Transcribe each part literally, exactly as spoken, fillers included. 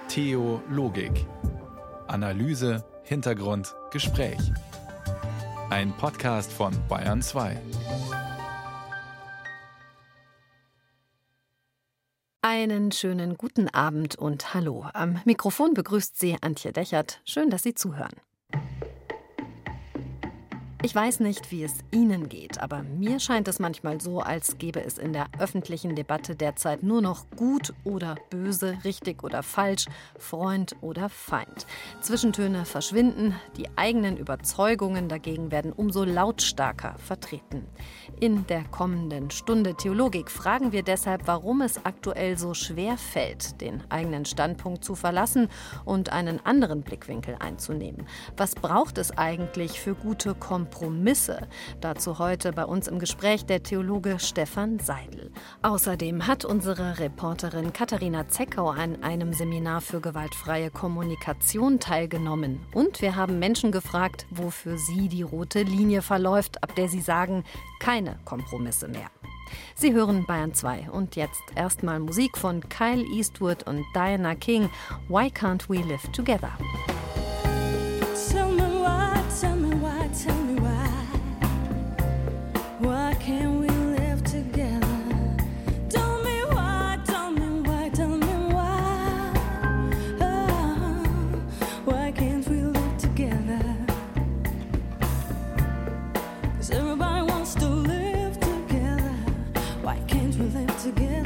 Theologik. Analyse, Hintergrund, Gespräch. Ein Podcast von Bayern zwei. Einen schönen guten Abend und hallo. Am Mikrofon begrüßt Sie Antje Dechert. Schön, dass Sie zuhören. Ich weiß nicht, wie es Ihnen geht, aber mir scheint es manchmal so, als gäbe es in der öffentlichen Debatte derzeit nur noch gut oder böse, richtig oder falsch, Freund oder Feind. Zwischentöne verschwinden, die eigenen Überzeugungen dagegen werden umso lautstarker vertreten. In der kommenden Stunde Theologik fragen wir deshalb, warum es aktuell so schwer fällt, den eigenen Standpunkt zu verlassen und einen anderen Blickwinkel einzunehmen. Was braucht es eigentlich für gute Kompromisse? Kompromisse. Dazu heute bei uns im Gespräch der Theologe Stefan Seidel. Außerdem hat unsere Reporterin Katharina Zeckau an einem Seminar für gewaltfreie Kommunikation teilgenommen. Und wir haben Menschen gefragt, wofür sie die rote Linie verläuft, ab der sie sagen, keine Kompromisse mehr. Sie hören Bayern zwei und jetzt erstmal Musik von Kyle Eastwood und Diana King. Why can't we live together? Tell me why, tell me why, tell me why. Why can't we live together? Tell me why, tell me why, tell me why. Oh, why can't we live together? 'Cause everybody wants to live together. Why can't we live together?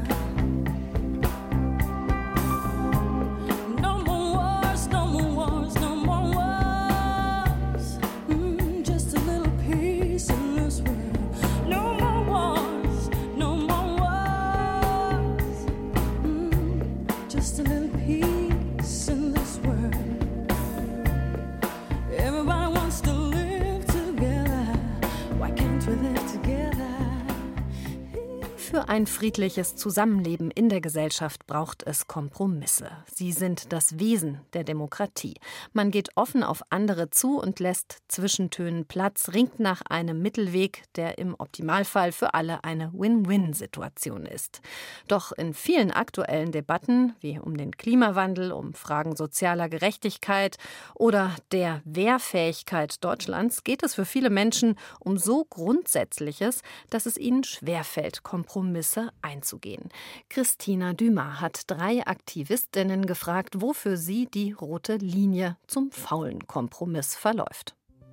Für ein friedliches Zusammenleben in der Gesellschaft braucht es Kompromisse. Sie sind das Wesen der Demokratie. Man geht offen auf andere zu und lässt Zwischentönen Platz, ringt nach einem Mittelweg, der im Optimalfall für alle eine Win-Win-Situation ist. Doch in vielen aktuellen Debatten, wie um den Klimawandel, um Fragen sozialer Gerechtigkeit oder der Wehrfähigkeit Deutschlands, geht es für viele Menschen um so Grundsätzliches, dass es ihnen schwerfällt, Kompromisse einzugehen. Christina Dumas hat drei Aktivistinnen gefragt, wofür sie die rote Linie zum faulen Kompromiss verläuft.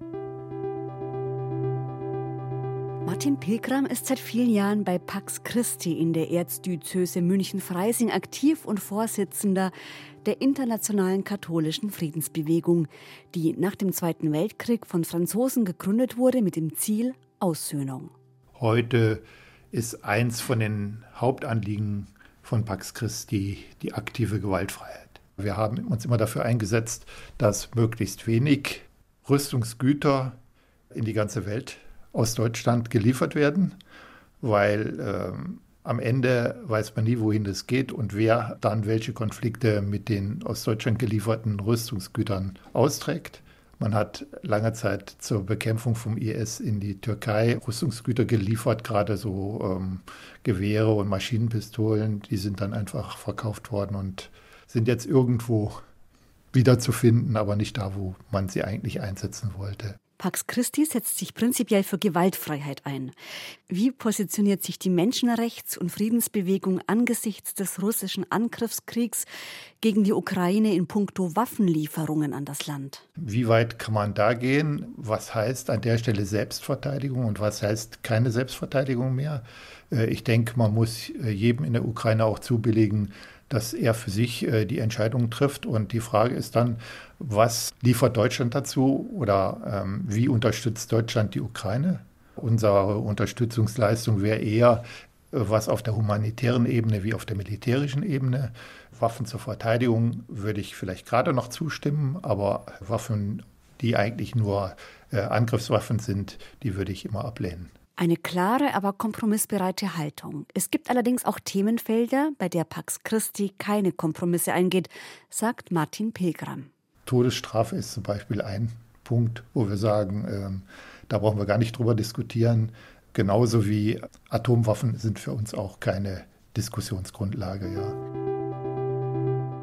Martin Pilgram ist seit vielen Jahren bei Pax Christi in der Erzdiözese München-Freising aktiv und Vorsitzender der Internationalen Katholischen Friedensbewegung, die nach dem Zweiten Weltkrieg von Franzosen gegründet wurde mit dem Ziel Aussöhnung. Heute ist eins von den Hauptanliegen von Pax Christi die aktive Gewaltfreiheit. Wir haben uns immer dafür eingesetzt, dass möglichst wenig Rüstungsgüter in die ganze Welt aus Deutschland geliefert werden, weil ähm, am Ende weiß man nie, wohin es geht und wer dann welche Konflikte mit den aus Deutschland gelieferten Rüstungsgütern austrägt. Man hat lange Zeit zur Bekämpfung vom I S in die Türkei Rüstungsgüter geliefert, gerade so ähm, Gewehre und Maschinenpistolen. Die sind dann einfach verkauft worden und sind jetzt irgendwo wiederzufinden, aber nicht da, wo man sie eigentlich einsetzen wollte. Pax Christi setzt sich prinzipiell für Gewaltfreiheit ein. Wie positioniert sich die Menschenrechts- und Friedensbewegung angesichts des russischen Angriffskriegs gegen die Ukraine in puncto Waffenlieferungen an das Land? Wie weit kann man da gehen? Was heißt an der Stelle Selbstverteidigung und was heißt keine Selbstverteidigung mehr? Ich denke, man muss jedem in der Ukraine auch zubilligen, dass er für sich äh, die Entscheidungen trifft. Und die Frage ist dann, was liefert Deutschland dazu oder ähm, wie unterstützt Deutschland die Ukraine? Unsere Unterstützungsleistung wäre eher äh, was auf der humanitären Ebene wie auf der militärischen Ebene. Waffen zur Verteidigung würde ich vielleicht gerade noch zustimmen, aber Waffen, die eigentlich nur äh, Angriffswaffen sind, die würde ich immer ablehnen. Eine klare, aber kompromissbereite Haltung. Es gibt allerdings auch Themenfelder, bei der Pax Christi keine Kompromisse eingeht, sagt Martin Pilgram. Todesstrafe ist zum Beispiel ein Punkt, wo wir sagen, ähm, da brauchen wir gar nicht drüber diskutieren. Genauso wie Atomwaffen sind für uns auch keine Diskussionsgrundlage. Ja. An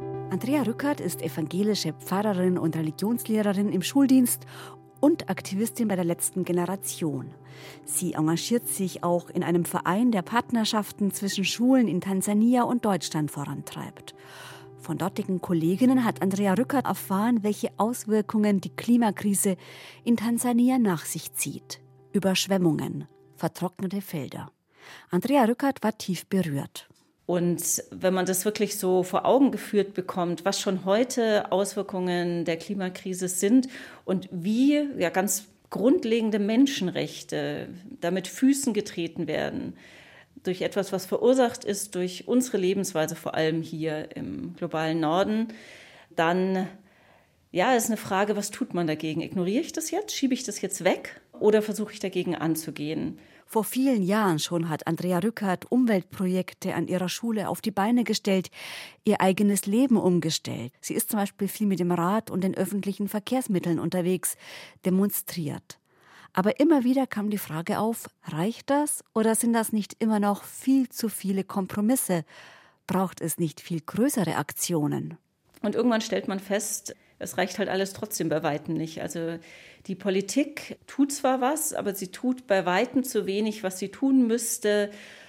Andrea Rückert ist evangelische Pfarrerin und Religionslehrerin im Schuldienst und Aktivistin bei der letzten Generation. Sie engagiert sich auch in einem Verein, der Partnerschaften zwischen Schulen in Tansania und Deutschland vorantreibt. Von dortigen Kolleginnen hat Andrea Rückert erfahren, welche Auswirkungen die Klimakrise in Tansania nach sich zieht. Überschwemmungen, vertrocknete Felder. Andrea Rückert war tief berührt. Und wenn man das wirklich so vor Augen geführt bekommt, was schon heute Auswirkungen der Klimakrise sind und wie ja ganz grundlegende Menschenrechte damit Füßen getreten werden, durch etwas, was verursacht ist durch unsere Lebensweise, vor allem hier im globalen Norden, dann ja, ist eine Frage, was tut man dagegen? Ignoriere ich das jetzt? Schiebe ich das jetzt weg? Oder versuche ich dagegen anzugehen? Vor vielen Jahren schon hat Andrea Rückert Umweltprojekte an ihrer Schule auf die Beine gestellt, ihr eigenes Leben umgestellt. Sie ist zum Beispiel viel mit dem Rad und den öffentlichen Verkehrsmitteln unterwegs, demonstriert. Aber immer wieder kam die Frage auf, reicht das oder sind das nicht immer noch viel zu viele Kompromisse? Braucht es nicht viel größere Aktionen? Und irgendwann stellt man fest, es reicht halt alles trotzdem bei Weitem nicht. Also die Politik tut zwar was, aber sie tut bei Weitem zu wenig, was sie tun müsste,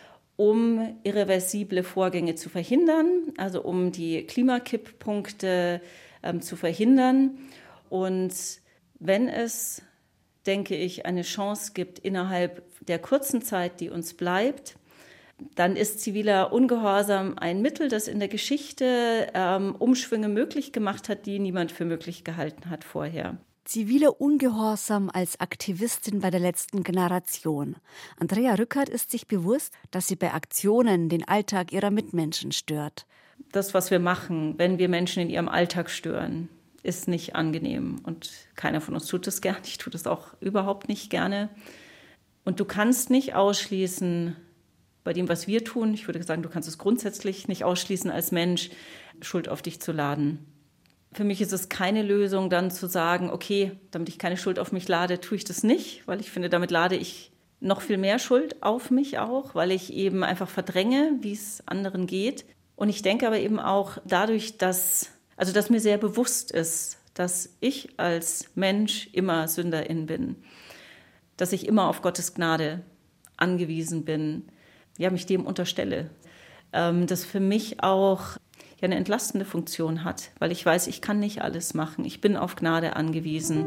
um irreversible Vorgänge zu verhindern, also um die Klimakipppunkte ähm, zu verhindern. Und wenn es, denke ich, eine Chance gibt innerhalb der kurzen Zeit, die uns bleibt, dann ist ziviler Ungehorsam ein Mittel, das in der Geschichte ähm, Umschwünge möglich gemacht hat, die niemand für möglich gehalten hat vorher. Ziviler Ungehorsam als Aktivistin bei der letzten Generation. Andrea Rückert ist sich bewusst, dass sie bei Aktionen den Alltag ihrer Mitmenschen stört. Das, was wir machen, wenn wir Menschen in ihrem Alltag stören, ist nicht angenehm. Und keiner von uns tut es gerne. Ich tue das auch überhaupt nicht gerne. Und du kannst nicht ausschließen, bei dem, was wir tun, ich würde sagen, du kannst es grundsätzlich nicht ausschließen, als Mensch Schuld auf dich zu laden. Für mich ist es keine Lösung, dann zu sagen, okay, damit ich keine Schuld auf mich lade, tue ich das nicht, weil ich finde, damit lade ich noch viel mehr Schuld auf mich auch, weil ich eben einfach verdränge, wie es anderen geht. Und ich denke aber eben auch dadurch, dass, also dass mir sehr bewusst ist, dass ich als Mensch immer Sünderin bin, dass ich immer auf Gottes Gnade angewiesen bin, ja, mich dem unterstelle, ähm, das für mich auch ja, eine entlastende Funktion hat, weil ich weiß, ich kann nicht alles machen. Ich bin auf Gnade angewiesen.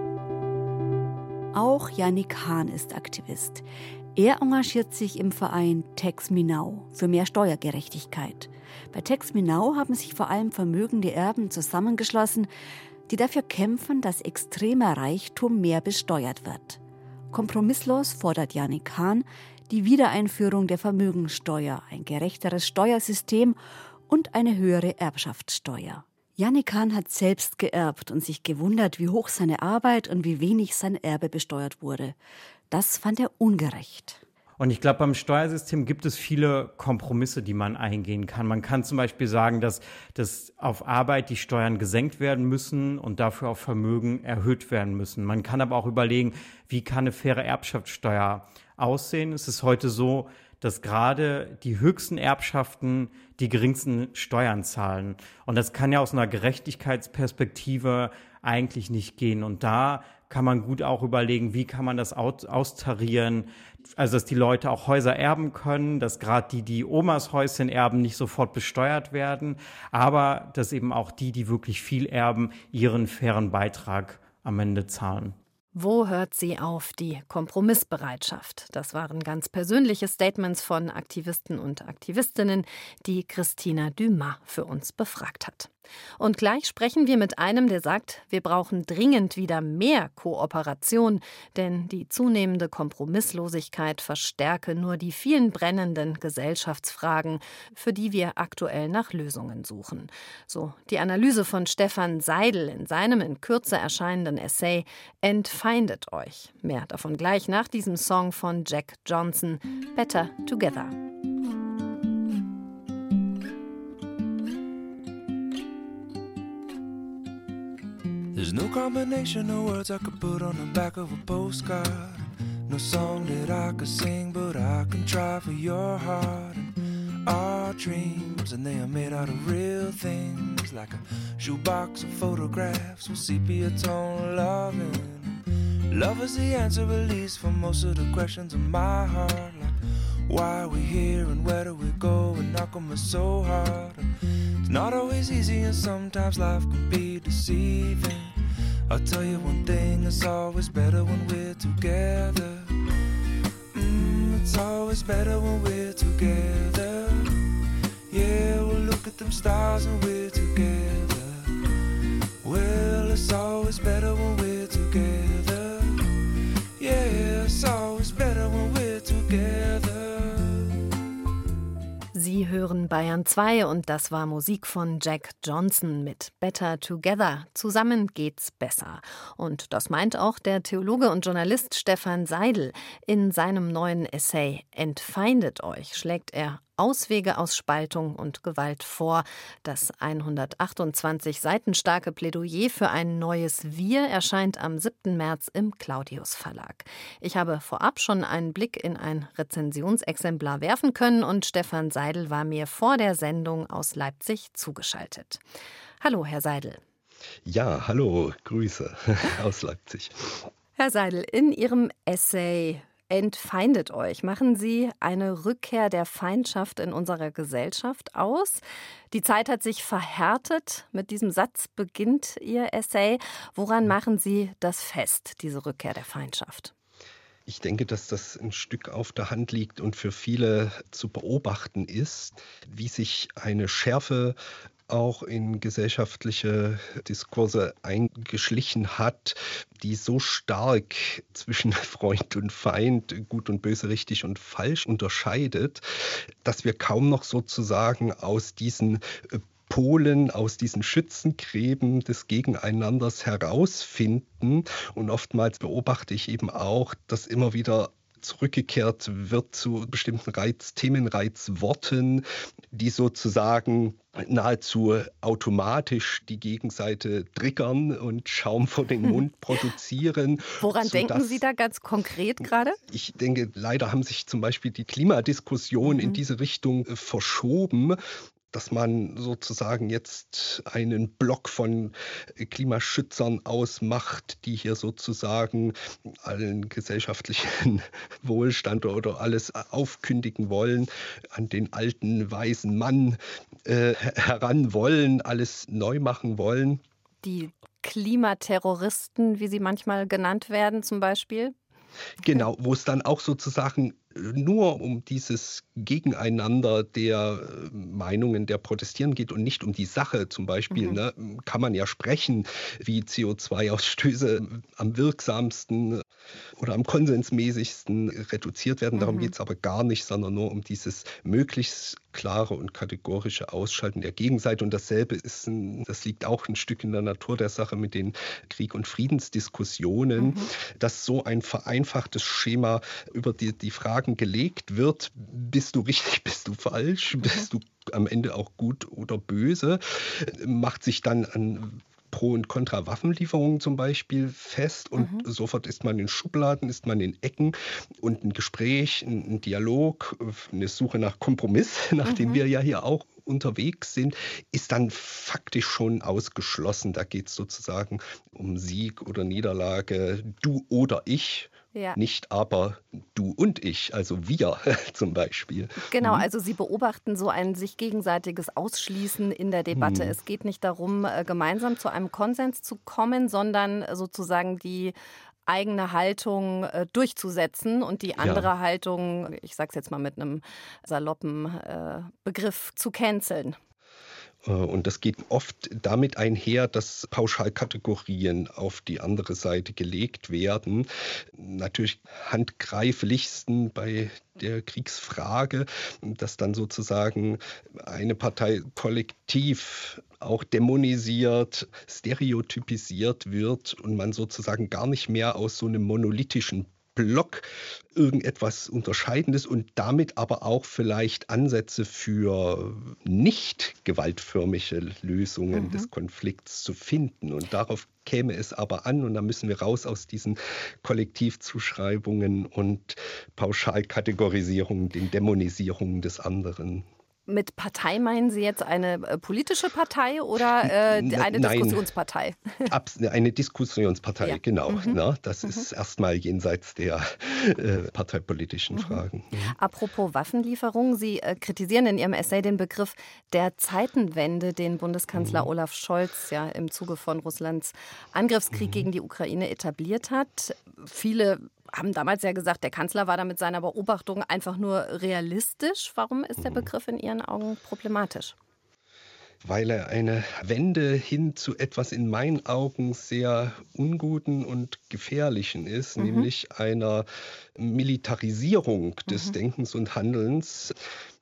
Auch Yannick Hahn ist Aktivist. Er engagiert sich im Verein Tax Me Now für mehr Steuergerechtigkeit. Bei Tax Me Now haben sich vor allem vermögende Erben zusammengeschlossen, die dafür kämpfen, dass extremer Reichtum mehr besteuert wird. Kompromisslos fordert Yannick Hahn die Wiedereinführung der Vermögensteuer, ein gerechteres Steuersystem und eine höhere Erbschaftssteuer. Yannick Hahn hat selbst geerbt und sich gewundert, wie hoch seine Arbeit und wie wenig sein Erbe besteuert wurde. Das fand er ungerecht. Und ich glaube, beim Steuersystem gibt es viele Kompromisse, die man eingehen kann. Man kann zum Beispiel sagen, dass, dass auf Arbeit die Steuern gesenkt werden müssen und dafür auf Vermögen erhöht werden müssen. Man kann aber auch überlegen, wie kann eine faire Erbschaftssteuer aussehen. Es ist heute so, dass gerade die höchsten Erbschaften die geringsten Steuern zahlen. Und das kann ja aus einer Gerechtigkeitsperspektive eigentlich nicht gehen. Und da kann man gut auch überlegen, wie kann man das austarieren, also dass die Leute auch Häuser erben können, dass gerade die, die Omas Häuschen erben, nicht sofort besteuert werden, aber dass eben auch die, die wirklich viel erben, ihren fairen Beitrag am Ende zahlen. Wo hört sie auf, die Kompromissbereitschaft? Das waren ganz persönliche Statements von Aktivisten und Aktivistinnen, die Christina Dumas für uns befragt hat. Und gleich sprechen wir mit einem, der sagt, wir brauchen dringend wieder mehr Kooperation, denn die zunehmende Kompromisslosigkeit verstärke nur die vielen brennenden Gesellschaftsfragen, für die wir aktuell nach Lösungen suchen. So die Analyse von Stefan Seidel in seinem in Kürze erscheinenden Essay Entfeindet euch. Mehr davon gleich nach diesem Song von Jack Johnson, Better Together. There's no combination of words I could put on the back of a postcard. No song that I could sing, but I can try for your heart. And our dreams, and they are made out of real things, like a shoebox of photographs with sepia tone loving. Love is the answer, at least, for most of the questions in my heart, like why are we here and where do we go, and how come it's so hard? It's not always easy, and sometimes life can be deceiving. I'll tell you one thing, it's always better when we're together. Mm, it's always better when we're together. Yeah, we'll look at them stars and we're together. Well, it's always better when we're together. Yeah, it's always better when we're together. Sie hören Bayern zwei und das war Musik von Jack Johnson mit Better Together. Zusammen geht's besser. Und das meint auch der Theologe und Journalist Stefan Seidel. In seinem neuen Essay Entfeindet euch schlägt er Auswege aus Spaltung und Gewalt vor. Das hundertachtundzwanzig Seiten starke Plädoyer für ein neues Wir erscheint am siebten März im Claudius Verlag. Ich habe vorab schon einen Blick in ein Rezensionsexemplar werfen können und Stefan Seidel war mir vor der Sendung aus Leipzig zugeschaltet. Hallo, Herr Seidel. Ja, hallo, Grüße aus Leipzig. Herr Seidel, in Ihrem Essay Entfeindet euch machen Sie eine Rückkehr der Feindschaft in unserer Gesellschaft aus. Die Zeit hat sich verhärtet. Mit diesem Satz beginnt Ihr Essay. Woran machen Sie das fest, diese Rückkehr der Feindschaft? Ich denke, dass das ein Stück auf der Hand liegt und für viele zu beobachten ist, wie sich eine Schärfe auch in gesellschaftliche Diskurse eingeschlichen hat, die so stark zwischen Freund und Feind, gut und böse, richtig und falsch unterscheidet, dass wir kaum noch sozusagen aus diesen Polen, aus diesen Schützengräben des Gegeneinanders herausfinden. Und oftmals beobachte ich eben auch, dass immer wieder zurückgekehrt wird zu bestimmten Reiz, Themenreizworten, die sozusagen nahezu automatisch die Gegenseite triggern und Schaum vor den Mund produzieren. Woran denken Sie da ganz konkret gerade? Ich denke, leider haben sich zum Beispiel die Klimadiskussionen mhm. in diese Richtung verschoben, dass man sozusagen jetzt einen Block von Klimaschützern ausmacht, die hier sozusagen allen gesellschaftlichen Wohlstand oder alles aufkündigen wollen, an den alten, weisen Mann äh, heran wollen, alles neu machen wollen. Die Klimaterroristen, wie sie manchmal genannt werden zum Beispiel? Genau, wo es dann auch sozusagen nur um dieses Gegeneinander der Meinungen der Protestierenden geht und nicht um die Sache. Zum Beispiel mhm. ne, kann man ja sprechen, wie C O zwei Ausstöße am wirksamsten oder am konsensmäßigsten reduziert werden. Darum mhm. geht es aber gar nicht, sondern nur um dieses möglichst klare und kategorische Ausschalten der Gegenseite. Und dasselbe ist, ein, das liegt auch ein Stück in der Natur der Sache mit den Krieg- und Friedensdiskussionen, mhm. dass so ein vereinfachtes Schema über die, die Fragen gelegt wird, bist du richtig, bist du falsch, bist du am Ende auch gut oder böse, macht sich dann an Pro- und Kontra-Waffenlieferungen zum Beispiel fest und mhm. sofort ist man in Schubladen, ist man in Ecken und ein Gespräch, ein, ein Dialog, eine Suche nach Kompromiss, nach mhm. dem wir ja hier auch unterwegs sind, ist dann faktisch schon ausgeschlossen. Da geht es sozusagen um Sieg oder Niederlage, du oder ich. Ja. Nicht aber du und ich, also wir zum Beispiel. Genau, also Sie beobachten so ein sich gegenseitiges Ausschließen in der Debatte. Hm. Es geht nicht darum, gemeinsam zu einem Konsens zu kommen, sondern sozusagen die eigene Haltung äh, durchzusetzen und die andere ja. Haltung, ich sage es jetzt mal mit einem saloppen äh, Begriff, zu canceln. Und das geht oft damit einher, dass Pauschalkategorien auf die andere Seite gelegt werden. Natürlich handgreiflichsten bei der Kriegsfrage, dass dann sozusagen eine Partei kollektiv auch dämonisiert, stereotypisiert wird und man sozusagen gar nicht mehr aus so einem monolithischen Block irgendetwas Unterscheidendes und damit aber auch vielleicht Ansätze für nicht gewaltförmige Lösungen mhm. des Konflikts zu finden. Und darauf käme es aber an und da müssen wir raus aus diesen Kollektivzuschreibungen und Pauschalkategorisierungen, den Dämonisierungen des anderen. Mit Partei meinen Sie jetzt eine äh, politische Partei oder äh, eine Nein, Diskussionspartei? Abs- eine Diskussionspartei, Ja. genau. Mhm. Na, das Mhm. ist erstmal jenseits der äh, parteipolitischen Mhm. Fragen. Apropos Waffenlieferung, Sie äh, kritisieren in Ihrem Essay den Begriff der Zeitenwende, den Bundeskanzler Mhm. Olaf Scholz ja im Zuge von Russlands Angriffskrieg Mhm. gegen die Ukraine etabliert hat. Viele haben damals ja gesagt, der Kanzler war da mit seiner Beobachtung einfach nur realistisch. Warum ist der Begriff in Ihren Augen problematisch? Weil er eine Wende hin zu etwas in meinen Augen sehr Unguten und Gefährlichen ist, Mhm. nämlich einer Militarisierung des Mhm. Denkens und Handelns,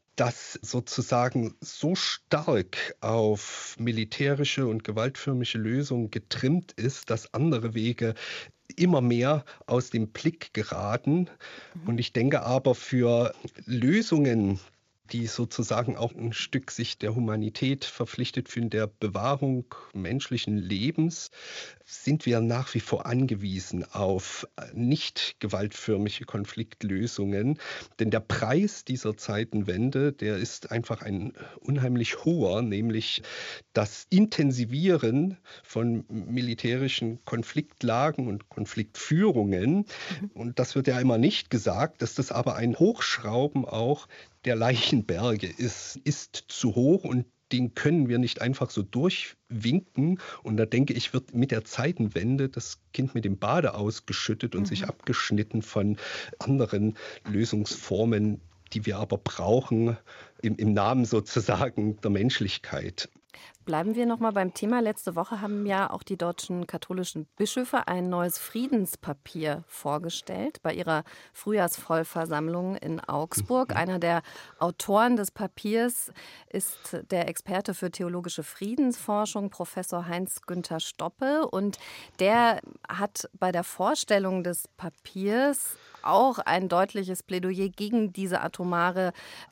das sozusagen so stark auf militärische und gewaltförmige Lösungen getrimmt ist, dass andere Wege immer mehr aus dem Blick geraten. Und ich denke aber, für Lösungen, die sozusagen auch ein Stück sich der Humanität verpflichtet fühlen, der Bewahrung menschlichen Lebens, sind wir nach wie vor angewiesen auf nicht gewaltförmige Konfliktlösungen. Denn der Preis dieser Zeitenwende, der ist einfach ein unheimlich hoher, nämlich das Intensivieren von militärischen Konfliktlagen und Konfliktführungen. Und das wird ja immer nicht gesagt, dass das aber ein Hochschrauben auch der Leichenberge ist, ist zu hoch und den können wir nicht einfach so durchwinken. Und da denke ich, wird mit der Zeitenwende das Kind mit dem Bade ausgeschüttet und Mhm. sich abgeschnitten von anderen Lösungsformen, die wir aber brauchen im, im Namen sozusagen der Menschlichkeit. Bleiben wir noch mal beim Thema. Letzte Woche haben ja auch die deutschen katholischen Bischöfe ein neues Friedenspapier vorgestellt bei ihrer Frühjahrsvollversammlung in Augsburg. Einer der Autoren des Papiers ist der Experte für theologische Friedensforschung, Professor Heinz-Günther Stoppe. Und der hat bei der Vorstellung des Papiers auch ein deutliches Plädoyer gegen diese atomare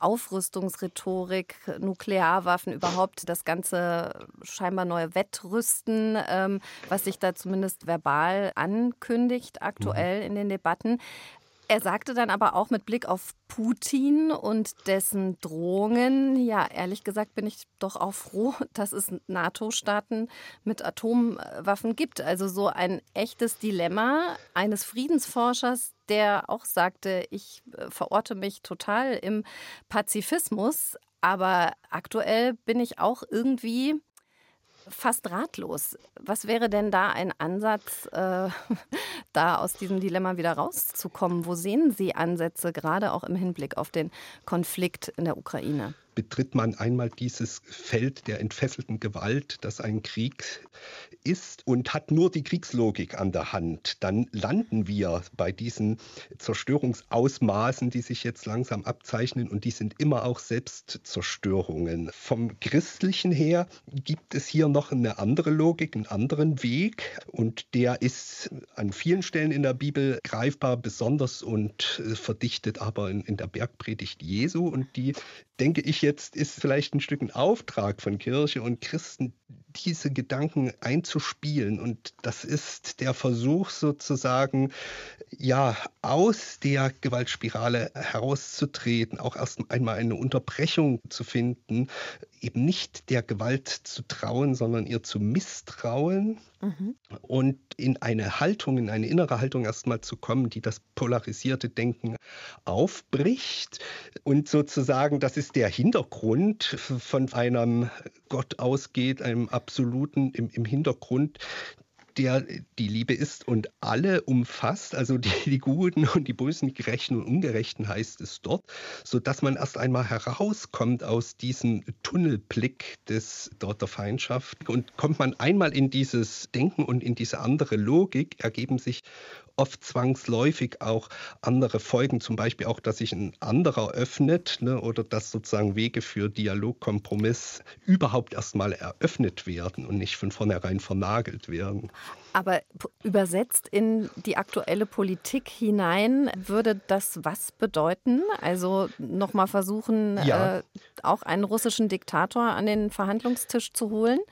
Aufrüstungsrhetorik, Nuklearwaffen, überhaupt das ganze scheinbar neue Wettrüsten, ähm, was sich da zumindest verbal ankündigt aktuell in den Debatten. Er sagte dann aber auch mit Blick auf Putin und dessen Drohungen, ja, ehrlich gesagt bin ich doch auch froh, dass es NATO-Staaten mit Atomwaffen gibt. Also so ein echtes Dilemma eines Friedensforschers, der auch sagte, ich verorte mich total im Pazifismus, aber aktuell bin ich auch irgendwie fast ratlos. Was wäre denn da ein Ansatz, äh, da aus diesem Dilemma wieder rauszukommen? Wo sehen Sie Ansätze, gerade auch im Hinblick auf den Konflikt in der Ukraine? Betritt man einmal dieses Feld der entfesselten Gewalt, das ein Krieg ist, und hat nur die Kriegslogik an der Hand, dann landen wir bei diesen Zerstörungsausmaßen, die sich jetzt langsam abzeichnen, und die sind immer auch Selbstzerstörungen. Vom Christlichen her gibt es hier noch eine andere Logik, einen anderen Weg, und der ist an vielen Stellen in der Bibel greifbar, besonders und verdichtet aber in, in der Bergpredigt Jesu, und die, denke ich, jetzt ist vielleicht ein Stück ein Auftrag von Kirche und Christen, diese Gedanken einzuspielen. Und das ist der Versuch sozusagen, ja, aus der Gewaltspirale herauszutreten, auch erst einmal eine Unterbrechung zu finden, eben nicht der Gewalt zu trauen, sondern ihr zu misstrauen. Mhm. Und in eine Haltung, in eine innere Haltung erstmal zu kommen, die das polarisierte Denken aufbricht. Und sozusagen, das ist der Hintergrund, von einem Gott ausgeht, einem Absoluten im, im Hintergrund, der die Liebe ist und alle umfasst, also die, die Guten und die Bösen, die Gerechten und Ungerechten heißt es dort, sodass man erst einmal herauskommt aus diesem Tunnelblick des, dort der Feindschaft, und kommt man einmal in dieses Denken und in diese andere Logik, ergeben sich oft zwangsläufig auch andere Folgen, zum Beispiel auch, dass sich ein anderer öffnet, ne, oder dass sozusagen Wege für Dialog, Kompromiss überhaupt erstmal eröffnet werden und nicht von vornherein vernagelt werden. Aber übersetzt in die aktuelle Politik hinein, würde das was bedeuten? Also nochmal versuchen, ja. äh, auch einen russischen Diktator an den Verhandlungstisch zu holen?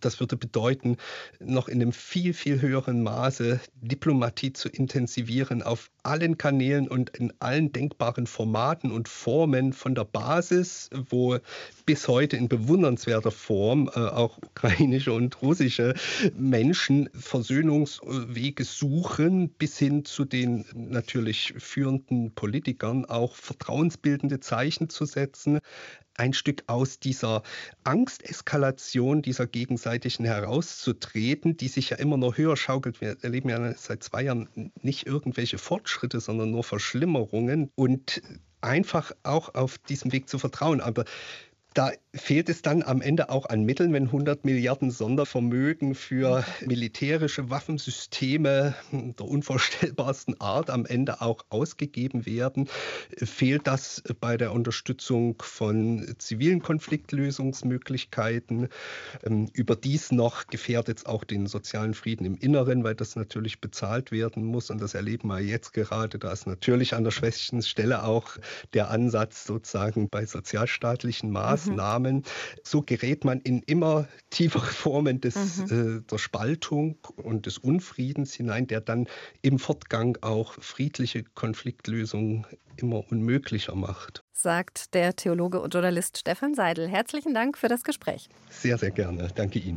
Das würde bedeuten, noch in einem viel, viel höheren Maße Diplomatie zu intensivieren auf allen Kanälen und in allen denkbaren Formaten und Formen von der Basis, wo bis heute in bewundernswerter Form äh, auch ukrainische und russische Menschen Versöhnungswege suchen, bis hin zu den natürlich führenden Politikern auch vertrauensbildende Zeichen zu setzen. Ein Stück aus dieser Angsteskalation, dieser gegenseitigen herauszutreten, die sich ja immer noch höher schaukelt. Wir erleben ja seit zwei Jahren nicht irgendwelche Fortschritte, sondern nur Verschlimmerungen und einfach auch auf diesem Weg zu vertrauen. Aber da fehlt es dann am Ende auch an Mitteln, wenn hundert Milliarden Sondervermögen für militärische Waffensysteme der unvorstellbarsten Art am Ende auch ausgegeben werden. Fehlt das bei der Unterstützung von zivilen Konfliktlösungsmöglichkeiten? Überdies noch gefährdet es auch den sozialen Frieden im Inneren, weil das natürlich bezahlt werden muss. Und das erleben wir jetzt gerade. Da ist natürlich an der schwächsten Stelle auch der Ansatz sozusagen bei sozialstaatlichen Maßnahmen. Maßnahmen. So gerät man in immer tiefere Formen des, mhm. äh, der Spaltung und des Unfriedens hinein, der dann im Fortgang auch friedliche Konfliktlösungen immer unmöglicher macht. Sagt der Theologe und Journalist Stefan Seidel. Herzlichen Dank für das Gespräch. Sehr, sehr gerne. Danke Ihnen.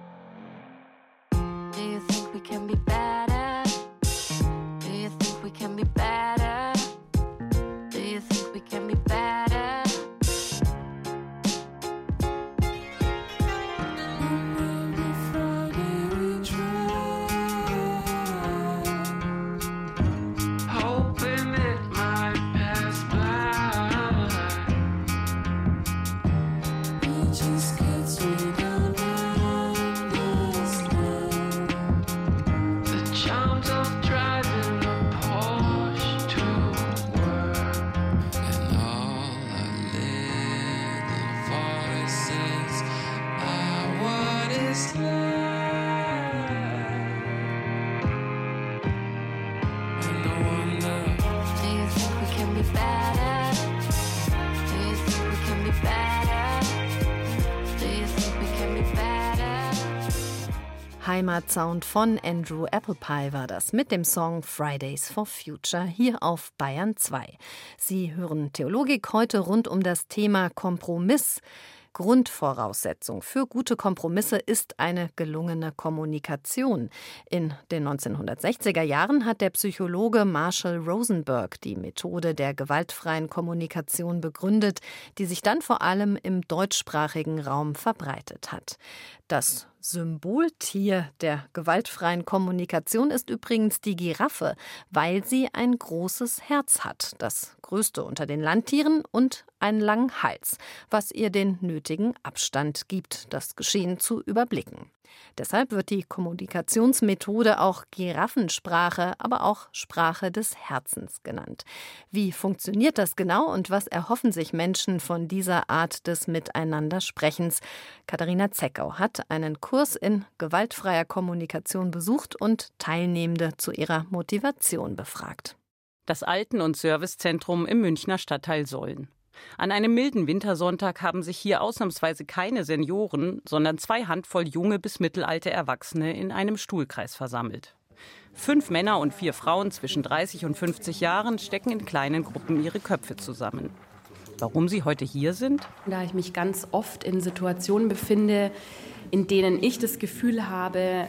Heimatsound von Andrew Applepie war das mit dem Song Fridays for Future hier auf Bayern zwei. Sie hören Theologik heute rund um das Thema Kompromiss. Grundvoraussetzung für gute Kompromisse ist eine gelungene Kommunikation. In den neunzehnhundertsechziger Jahren hat der Psychologe Marshall Rosenberg die Methode der gewaltfreien Kommunikation begründet, die sich dann vor allem im deutschsprachigen Raum verbreitet hat. Das Symboltier der gewaltfreien Kommunikation ist übrigens die Giraffe, weil sie ein großes Herz hat, das größte unter den Landtieren, und einen langen Hals, was ihr den nötigen Abstand gibt, das Geschehen zu überblicken. Deshalb wird die Kommunikationsmethode auch Giraffensprache, aber auch Sprache des Herzens genannt. Wie funktioniert das genau und was erhoffen sich Menschen von dieser Art des Miteinandersprechens? Katharina Zeckau hat einen Kurs in gewaltfreier Kommunikation besucht und Teilnehmende zu ihrer Motivation befragt. Das Alten- und Servicezentrum im Münchner Stadtteil Solln. An einem milden Wintersonntag haben sich hier ausnahmsweise keine Senioren, sondern zwei Handvoll junge bis mittelalte Erwachsene in einem Stuhlkreis versammelt. Fünf Männer und vier Frauen zwischen dreißig und fünfzig Jahren stecken in kleinen Gruppen ihre Köpfe zusammen. Warum sie heute hier sind? Da ich mich ganz oft in Situationen befinde, in denen ich das Gefühl habe,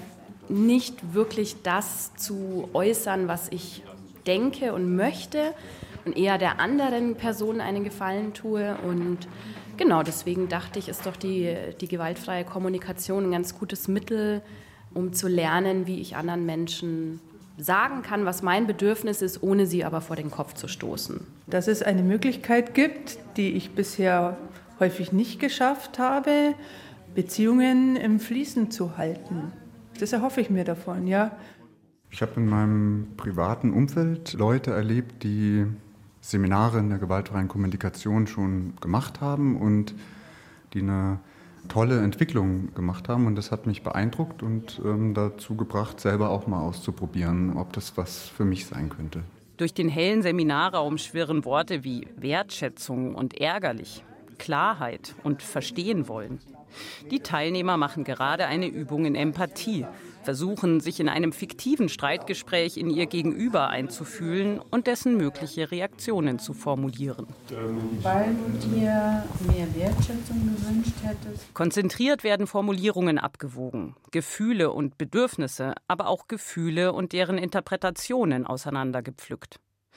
nicht wirklich das zu äußern, was ich denke und möchte, und eher der anderen Person einen Gefallen tue. Und genau deswegen dachte ich, ist doch die, die gewaltfreie Kommunikation ein ganz gutes Mittel, um zu lernen, wie ich anderen Menschen sagen kann, was mein Bedürfnis ist, ohne sie aber vor den Kopf zu stoßen. Dass es eine Möglichkeit gibt, die ich bisher häufig nicht geschafft habe, Beziehungen im Fließen zu halten. Das erhoffe ich mir davon, ja. Ich habe in meinem privaten Umfeld Leute erlebt, die Seminare in der gewaltfreien Kommunikation schon gemacht haben und die eine tolle Entwicklung gemacht haben. Und das hat mich beeindruckt und ähm, dazu gebracht, selber auch mal auszuprobieren, ob das was für mich sein könnte. Durch den hellen Seminarraum schwirren Worte wie Wertschätzung und ärgerlich, Klarheit und verstehen wollen. Die Teilnehmer machen gerade eine Übung in Empathie, versuchen, sich in einem fiktiven Streitgespräch in ihr Gegenüber einzufühlen und dessen mögliche Reaktionen zu formulieren. Weil du dir mehr Wertschätzung gewünscht hättest. Konzentriert werden Formulierungen abgewogen, Gefühle und Bedürfnisse, aber auch Gefühle und deren Interpretationen auseinandergepflückt.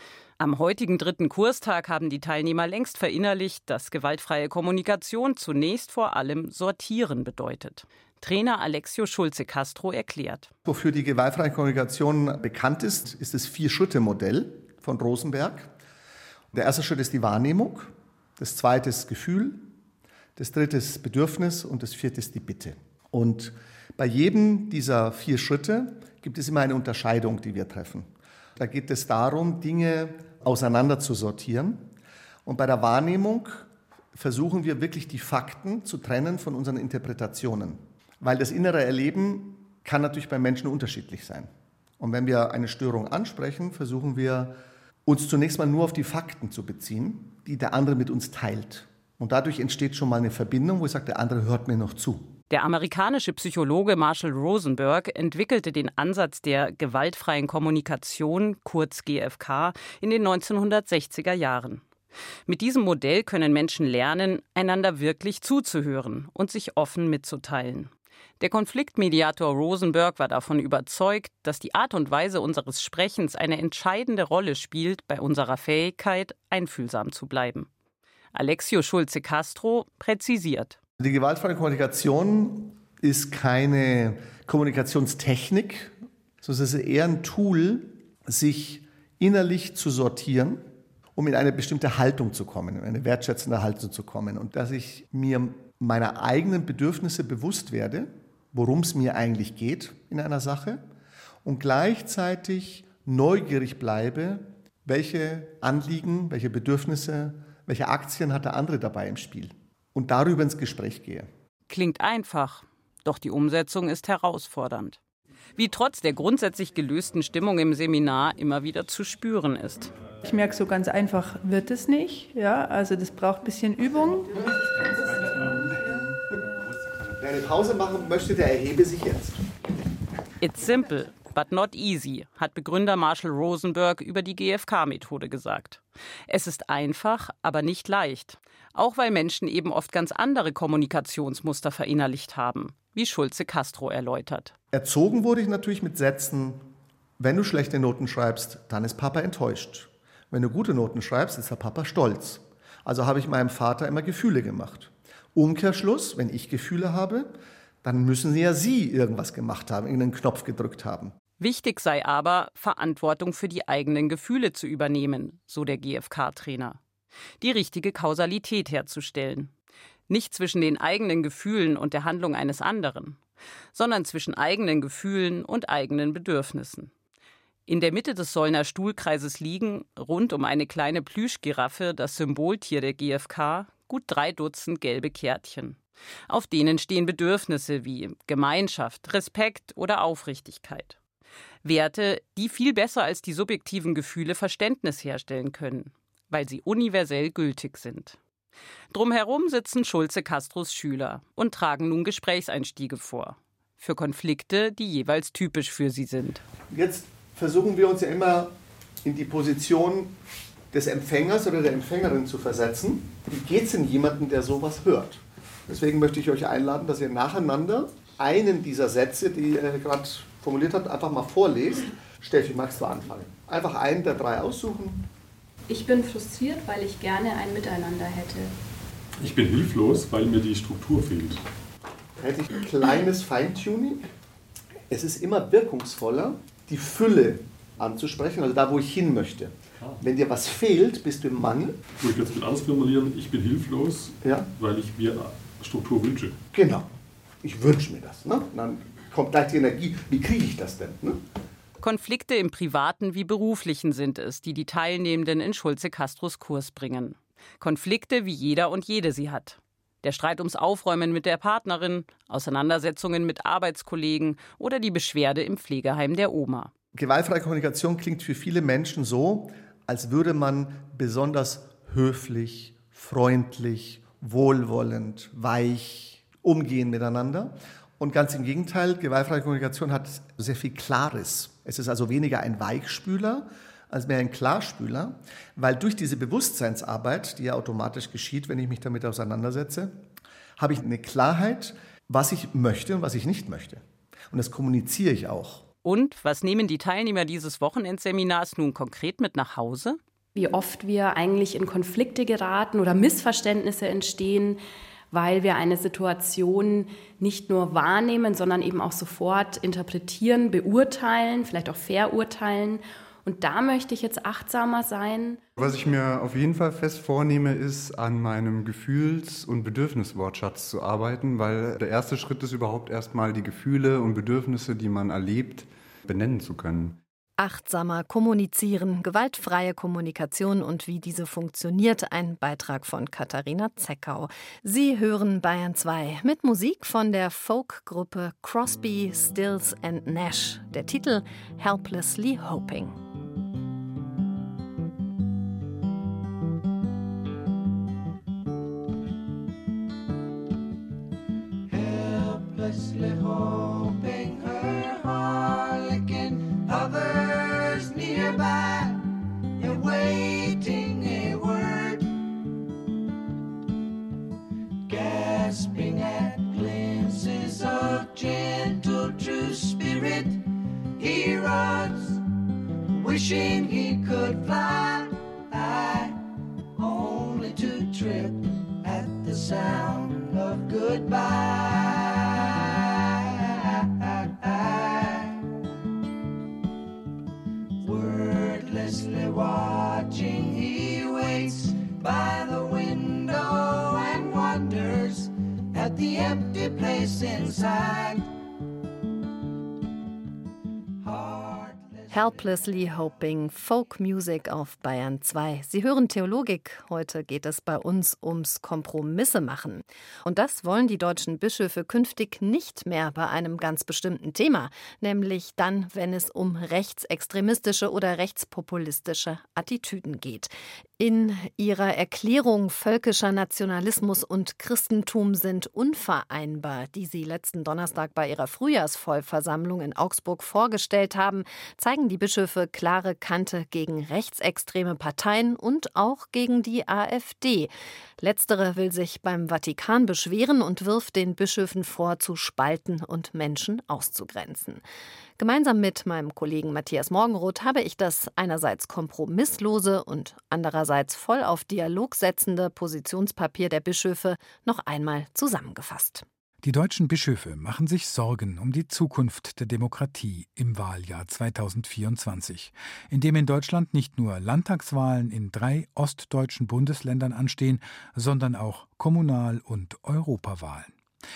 Am heutigen dritten Kurstag haben die Teilnehmer längst verinnerlicht, dass gewaltfreie Kommunikation zunächst vor allem Sortieren bedeutet. Trainer Alexio Schulze-Castro erklärt. Wofür die gewaltfreie Kommunikation bekannt ist, ist das Vier-Schritte-Modell von Rosenberg. Der erste Schritt ist die Wahrnehmung, das zweite ist Gefühl, das dritte ist Bedürfnis und das vierte ist die Bitte. Und bei jedem dieser vier Schritte gibt es immer eine Unterscheidung, die wir treffen. Da geht es darum, Dinge auseinander zu sortieren. Und bei der Wahrnehmung versuchen wir wirklich die Fakten zu trennen von unseren Interpretationen. Weil das innere Erleben kann natürlich bei Menschen unterschiedlich sein. Und wenn wir eine Störung ansprechen, versuchen wir, uns zunächst mal nur auf die Fakten zu beziehen, die der andere mit uns teilt. Und dadurch entsteht schon mal eine Verbindung, wo ich sage, der andere hört mir noch zu. Der amerikanische Psychologe Marshall Rosenberg entwickelte den Ansatz der gewaltfreien Kommunikation, kurz G F K, in den neunzehnhundertsechziger Jahren. Mit diesem Modell können Menschen lernen, einander wirklich zuzuhören und sich offen mitzuteilen. Der Konfliktmediator Rosenberg war davon überzeugt, dass die Art und Weise unseres Sprechens eine entscheidende Rolle spielt bei unserer Fähigkeit, einfühlsam zu bleiben. Alexio Schulze-Castro präzisiert. Die gewaltfreie Kommunikation ist keine Kommunikationstechnik, sondern es ist eher ein Tool, sich innerlich zu sortieren, um in eine bestimmte Haltung zu kommen, in eine wertschätzende Haltung zu kommen. Und dass ich mir meiner eigenen Bedürfnisse bewusst werde, worum es mir eigentlich geht in einer Sache und gleichzeitig neugierig bleibe, welche Anliegen, welche Bedürfnisse, welche Aktien hat der andere dabei im Spiel und darüber ins Gespräch gehe. Klingt einfach, doch die Umsetzung ist herausfordernd. Wie trotz der grundsätzlich gelösten Stimmung im Seminar immer wieder zu spüren ist. Ich merke, so ganz einfach wird es nicht. Ja, also das braucht ein bisschen Übung. Wer eine Pause machen möchte, der erhebe sich jetzt. It's simple, but not easy, hat Begründer Marshall Rosenberg über die G F K-Methode gesagt. Es ist einfach, aber nicht leicht. Auch weil Menschen eben oft ganz andere Kommunikationsmuster verinnerlicht haben, wie Schulze-Castro erläutert. Erzogen wurde ich natürlich mit Sätzen, wenn du schlechte Noten schreibst, dann ist Papa enttäuscht. Wenn du gute Noten schreibst, ist der Papa stolz. Also habe ich meinem Vater immer Gefühle gemacht. Umkehrschluss, wenn ich Gefühle habe, dann müssen ja Sie irgendwas gemacht haben, irgendeinen Knopf gedrückt haben. Wichtig sei aber, Verantwortung für die eigenen Gefühle zu übernehmen, so der G F K-Trainer. Die richtige Kausalität herzustellen. Nicht zwischen den eigenen Gefühlen und der Handlung eines anderen, sondern zwischen eigenen Gefühlen und eigenen Bedürfnissen. In der Mitte des Sollner Stuhlkreises liegen, rund um eine kleine Plüschgiraffe, das Symboltier der G F K, gut drei Dutzend gelbe Kärtchen. Auf denen stehen Bedürfnisse wie Gemeinschaft, Respekt oder Aufrichtigkeit. Werte, die viel besser als die subjektiven Gefühle Verständnis herstellen können, weil sie universell gültig sind. Drumherum sitzen Schulze-Castros Schüler und tragen nun Gesprächseinstiege vor. Für Konflikte, die jeweils typisch für sie sind. Jetzt versuchen wir uns ja immer in die Position des Empfängers oder der Empfängerin zu versetzen. Wie geht es denn jemandem, der sowas hört? Deswegen möchte ich euch einladen, dass ihr nacheinander einen dieser Sätze, die ihr gerade formuliert habt, einfach mal vorlest. Steffi, magst du anfangen? Einfach einen der drei aussuchen. Ich bin frustriert, weil ich gerne ein Miteinander hätte. Ich bin hilflos, weil mir die Struktur fehlt. Hätte ich ein kleines Feintuning. Es ist immer wirkungsvoller, die Fülle anzusprechen, also da, wo ich hin möchte. Wenn dir was fehlt, bist du im Mangel. Ich würde jetzt mit anders formulieren, ich bin hilflos, ja, weil ich mir Struktur wünsche. Genau, ich wünsche mir das. Ne? Dann kommt gleich die Energie, wie kriege ich das denn? Ne? Konflikte im Privaten wie beruflichen sind es, die die Teilnehmenden in Schulze-Castros Kurs bringen. Konflikte, wie jeder und jede sie hat. Der Streit ums Aufräumen mit der Partnerin, Auseinandersetzungen mit Arbeitskollegen oder die Beschwerde im Pflegeheim der Oma. Gewaltfreie Kommunikation klingt für viele Menschen so, als würde man besonders höflich, freundlich, wohlwollend, weich umgehen miteinander. Und ganz im Gegenteil, gewaltfreie Kommunikation hat sehr viel Klares. Es ist also weniger ein Weichspüler als mehr ein Klarspüler, weil durch diese Bewusstseinsarbeit, die ja automatisch geschieht, wenn ich mich damit auseinandersetze, habe ich eine Klarheit, was ich möchte und was ich nicht möchte. Und das kommuniziere ich auch. Und was nehmen die Teilnehmer dieses Wochenendseminars nun konkret mit nach Hause? Wie oft wir eigentlich in Konflikte geraten oder Missverständnisse entstehen, weil wir eine Situation nicht nur wahrnehmen, sondern eben auch sofort interpretieren, beurteilen, vielleicht auch verurteilen. Und da möchte ich jetzt achtsamer sein. Was ich mir auf jeden Fall fest vornehme, ist, an meinem Gefühls- und Bedürfniswortschatz zu arbeiten, weil der erste Schritt ist überhaupt erstmal die Gefühle und Bedürfnisse, die man erlebt, benennen zu können. Achtsamer kommunizieren, gewaltfreie Kommunikation und wie diese funktioniert, ein Beitrag von Katharina Zeckau. Sie hören Bayern zwei mit Musik von der Folkgruppe Crosby, Stills and Nash. Der Titel Helplessly Hoping. Helplessly hoping her harlequin hovers nearby, awaiting a word, gasping at glimpses of gentle true spirit. He runs, wishing he could fly, only to trip at the sound of goodbye. Wordlessly watching, he waits by the window and wonders at the empty place inside. Helplessly Hoping, Folk Music auf Bayern zwei. Sie hören Theologik. Heute geht es bei uns ums Kompromisse machen. Und das wollen die deutschen Bischöfe künftig nicht mehr bei einem ganz bestimmten Thema, nämlich dann, wenn es um rechtsextremistische oder rechtspopulistische Attitüden geht. In ihrer Erklärung Völkischer Nationalismus und Christentum sind unvereinbar, die sie letzten Donnerstag bei ihrer Frühjahrsvollversammlung in Augsburg vorgestellt haben, zeigen die Bischöfe klare Kante gegen rechtsextreme Parteien und auch gegen die AfD. Letztere will sich beim Vatikan beschweren und wirft den Bischöfen vor, zu spalten und Menschen auszugrenzen. Gemeinsam mit meinem Kollegen Matthias Morgenroth habe ich das einerseits kompromisslose und andererseits voll auf Dialog setzende Positionspapier der Bischöfe noch einmal zusammengefasst. Die deutschen Bischöfe machen sich Sorgen um die Zukunft der Demokratie im Wahljahr zweitausendvierundzwanzig, in dem in Deutschland nicht nur Landtagswahlen in drei ostdeutschen Bundesländern anstehen, sondern auch Kommunal- und Europawahlen.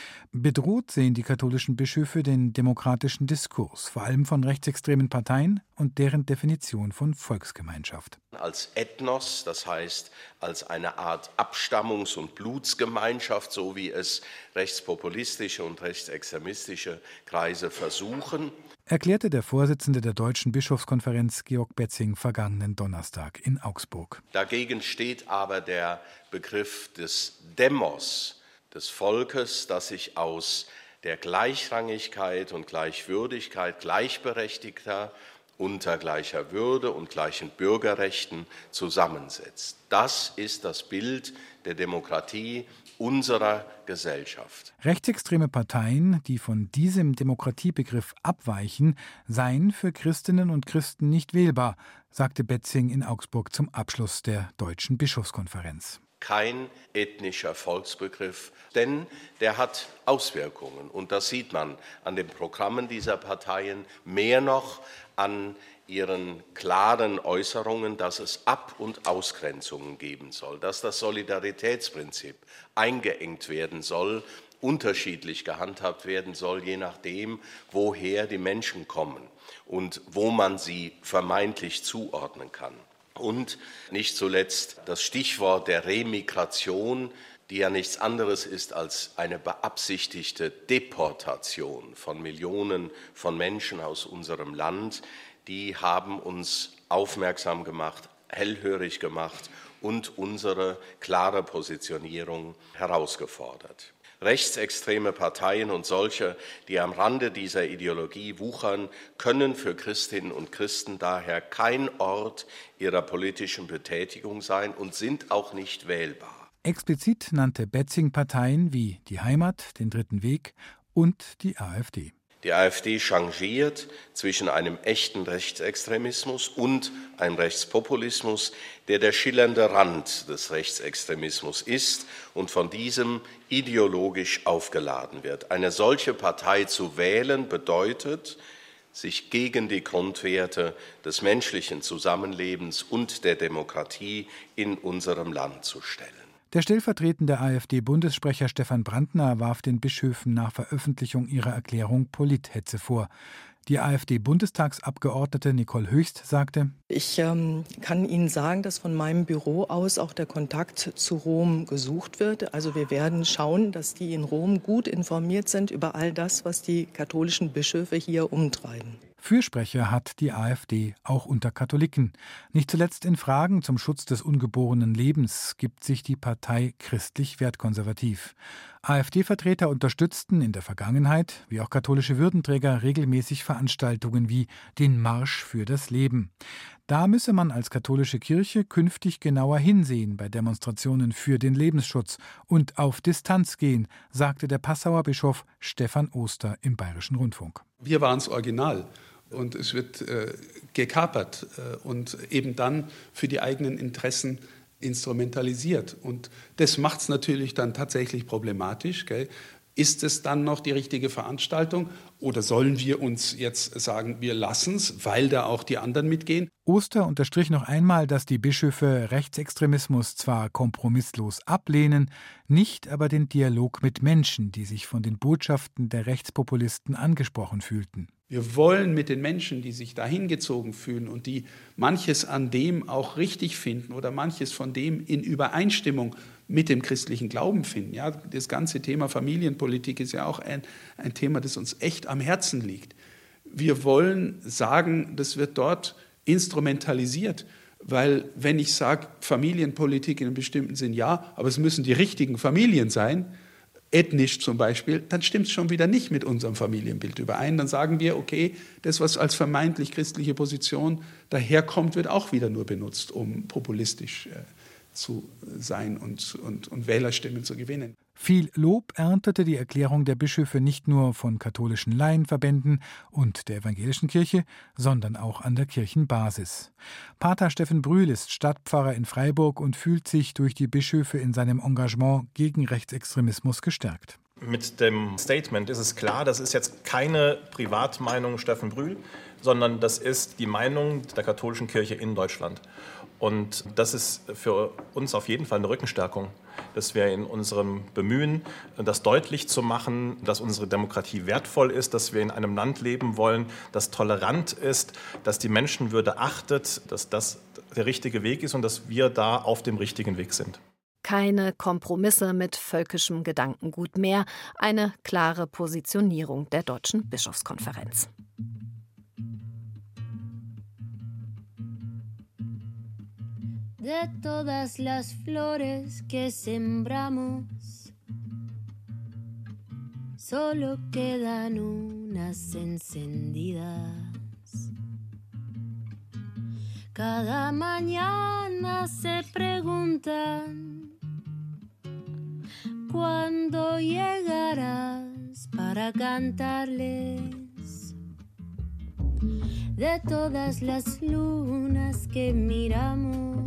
Bedroht sehen die katholischen Bischöfe den demokratischen Diskurs, vor allem von rechtsextremen Parteien und deren Definition von Volksgemeinschaft. Als Ethnos, das heißt als eine Art Abstammungs- und Blutsgemeinschaft, so wie es rechtspopulistische und rechtsextremistische Kreise versuchen, erklärte der Vorsitzende der Deutschen Bischofskonferenz Georg Betzing vergangenen Donnerstag in Augsburg. Dagegen steht aber der Begriff des Demos, des Volkes, das sich aus der Gleichrangigkeit und Gleichwürdigkeit Gleichberechtigter unter gleicher Würde und gleichen Bürgerrechten zusammensetzt. Das ist das Bild der Demokratie unserer Gesellschaft. Rechtsextreme Parteien, die von diesem Demokratiebegriff abweichen, seien für Christinnen und Christen nicht wählbar, sagte Betzing in Augsburg zum Abschluss der Deutschen Bischofskonferenz. Kein ethnischer Volksbegriff, denn der hat Auswirkungen. Und das sieht man an den Programmen dieser Parteien, mehr noch an ihren klaren Äußerungen, dass es Ab- und Ausgrenzungen geben soll, dass das Solidaritätsprinzip eingeengt werden soll, unterschiedlich gehandhabt werden soll, je nachdem, woher die Menschen kommen und wo man sie vermeintlich zuordnen kann. Und nicht zuletzt das Stichwort der Remigration, die ja nichts anderes ist als eine beabsichtigte Deportation von Millionen von Menschen aus unserem Land, die haben uns aufmerksam gemacht, hellhörig gemacht und unsere klare Positionierung herausgefordert. Rechtsextreme Parteien und solche, die am Rande dieser Ideologie wuchern, können für Christinnen und Christen daher kein Ort ihrer politischen Betätigung sein und sind auch nicht wählbar. Explizit nannte Betzing Parteien wie die Heimat, den Dritten Weg und die AfD. Die AfD changiert zwischen einem echten Rechtsextremismus und einem Rechtspopulismus, der der schillernde Rand des Rechtsextremismus ist und von diesem ideologisch aufgeladen wird. Eine solche Partei zu wählen bedeutet, sich gegen die Grundwerte des menschlichen Zusammenlebens und der Demokratie in unserem Land zu stellen. Der stellvertretende AfD-Bundessprecher Stefan Brandner warf den Bischöfen nach Veröffentlichung ihrer Erklärung Polithetze vor. Die AfD-Bundestagsabgeordnete Nicole Höchst sagte: Ich ähm, kann Ihnen sagen, dass von meinem Büro aus auch der Kontakt zu Rom gesucht wird. Also wir werden schauen, dass die in Rom gut informiert sind über all das, was die katholischen Bischöfe hier umtreiben. Fürsprecher hat die AfD auch unter Katholiken. Nicht zuletzt in Fragen zum Schutz des ungeborenen Lebens gibt sich die Partei christlich wertkonservativ. AfD-Vertreter unterstützten in der Vergangenheit, wie auch katholische Würdenträger, regelmäßig Veranstaltungen wie den Marsch für das Leben. Da müsse man als katholische Kirche künftig genauer hinsehen bei Demonstrationen für den Lebensschutz und auf Distanz gehen, sagte der Passauer Bischof Stefan Oster im Bayerischen Rundfunk. Wir waren das Original und es wird äh, gekapert äh, und eben dann für die eigenen Interessen instrumentalisiert. Und das macht es natürlich dann tatsächlich problematisch. Gell? Ist es dann noch die richtige Veranstaltung oder sollen wir uns jetzt sagen, wir lassen es, weil da auch die anderen mitgehen? Oster unterstrich noch einmal, dass die Bischöfe Rechtsextremismus zwar kompromisslos ablehnen, nicht aber den Dialog mit Menschen, die sich von den Botschaften der Rechtspopulisten angesprochen fühlten. Wir wollen mit den Menschen, die sich dahin gezogen fühlen und die manches an dem auch richtig finden oder manches von dem in Übereinstimmung mit dem christlichen Glauben finden. Ja, das ganze Thema Familienpolitik ist ja auch ein, ein Thema, das uns echt am Herzen liegt. Wir wollen sagen, das wird dort instrumentalisiert, weil wenn ich sage, Familienpolitik in einem bestimmten Sinn ja, aber es müssen die richtigen Familien sein, ethnisch zum Beispiel, dann stimmt es schon wieder nicht mit unserem Familienbild überein. Dann sagen wir, okay, das, was als vermeintlich christliche Position daherkommt, wird auch wieder nur benutzt, um populistisch äh, zu sein und, und, und Wählerstimmen zu gewinnen. Viel Lob erntete die Erklärung der Bischöfe nicht nur von katholischen Laienverbänden und der evangelischen Kirche, sondern auch an der Kirchenbasis. Pater Steffen Brühl ist Stadtpfarrer in Freiburg und fühlt sich durch die Bischöfe in seinem Engagement gegen Rechtsextremismus gestärkt. Mit dem Statement ist es klar, das ist jetzt keine Privatmeinung Steffen Brühl, sondern das ist die Meinung der katholischen Kirche in Deutschland. Und das ist für uns auf jeden Fall eine Rückenstärkung, dass wir in unserem Bemühen, das deutlich zu machen, dass unsere Demokratie wertvoll ist, dass wir in einem Land leben wollen, das tolerant ist, dass die Menschenwürde achtet, dass das der richtige Weg ist und dass wir da auf dem richtigen Weg sind. Keine Kompromisse mit völkischem Gedankengut mehr, eine klare Positionierung der Deutschen Bischofskonferenz. De todas las flores que sembramos, solo quedan unas encendidas. Cada mañana se preguntan, ¿cuándo llegarás para cantarles? De todas las lunas que miramos,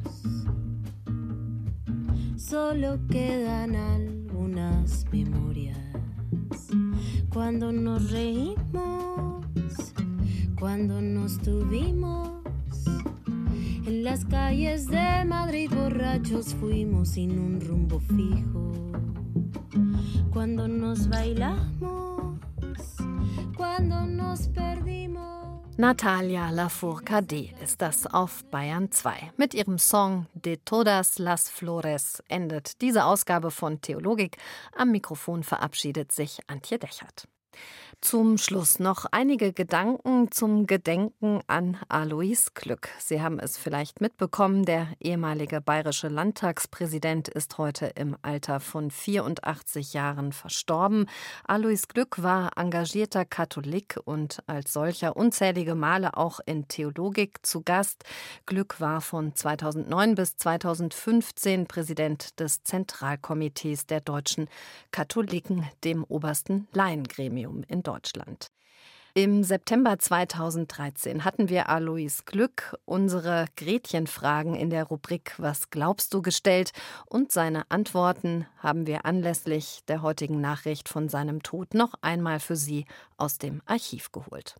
solo quedan algunas memorias. Cuando nos reímos, cuando nos tuvimos, en las calles de Madrid borrachos fuimos sin un rumbo fijo. Cuando nos bailamos, cuando nos perdimos. Natalia Lafourcade ist das auf Bayern zwei. Mit ihrem Song De todas las flores endet diese Ausgabe von Theologik. Am Mikrofon verabschiedet sich Antje Dechert. Zum Schluss noch einige Gedanken zum Gedenken an Alois Glück. Sie haben es vielleicht mitbekommen, der ehemalige bayerische Landtagspräsident ist heute im Alter von vierundachtzig Jahren verstorben. Alois Glück war engagierter Katholik und als solcher unzählige Male auch in Theologik zu Gast. Glück war von zweitausendneun bis zweitausendfünfzehn Präsident des Zentralkomitees der deutschen Katholiken, dem obersten Laiengremium in Deutschland. Im September zweitausenddreizehn hatten wir Alois Glück unsere Gretchenfragen in der Rubrik Was glaubst du gestellt und seine Antworten haben wir anlässlich der heutigen Nachricht von seinem Tod noch einmal für Sie aus dem Archiv geholt.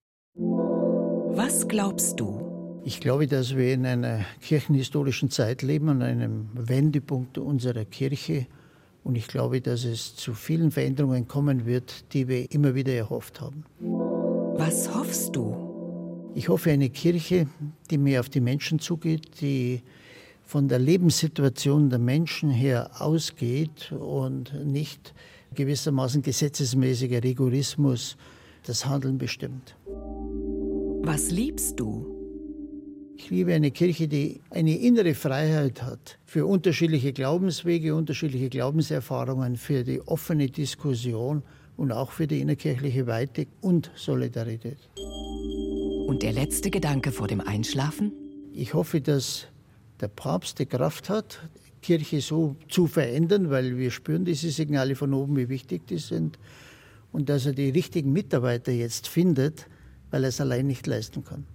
Was glaubst du? Ich glaube, dass wir in einer kirchenhistorischen Zeit leben, an einem Wendepunkt unserer Kirche. Und ich glaube, dass es zu vielen Veränderungen kommen wird, die wir immer wieder erhofft haben. Was hoffst du? Ich hoffe eine Kirche, die mehr auf die Menschen zugeht, die von der Lebenssituation der Menschen her ausgeht und nicht gewissermaßen gesetzesmäßiger Rigorismus das Handeln bestimmt. Was liebst du? Ich liebe eine Kirche, die eine innere Freiheit hat für unterschiedliche Glaubenswege, unterschiedliche Glaubenserfahrungen, für die offene Diskussion und auch für die innerkirchliche Weite und Solidarität. Und der letzte Gedanke vor dem Einschlafen? Ich hoffe, dass der Papst die Kraft hat, die Kirche so zu verändern, weil wir spüren diese Signale von oben, wie wichtig die sind, und dass er die richtigen Mitarbeiter jetzt findet, weil er es allein nicht leisten kann.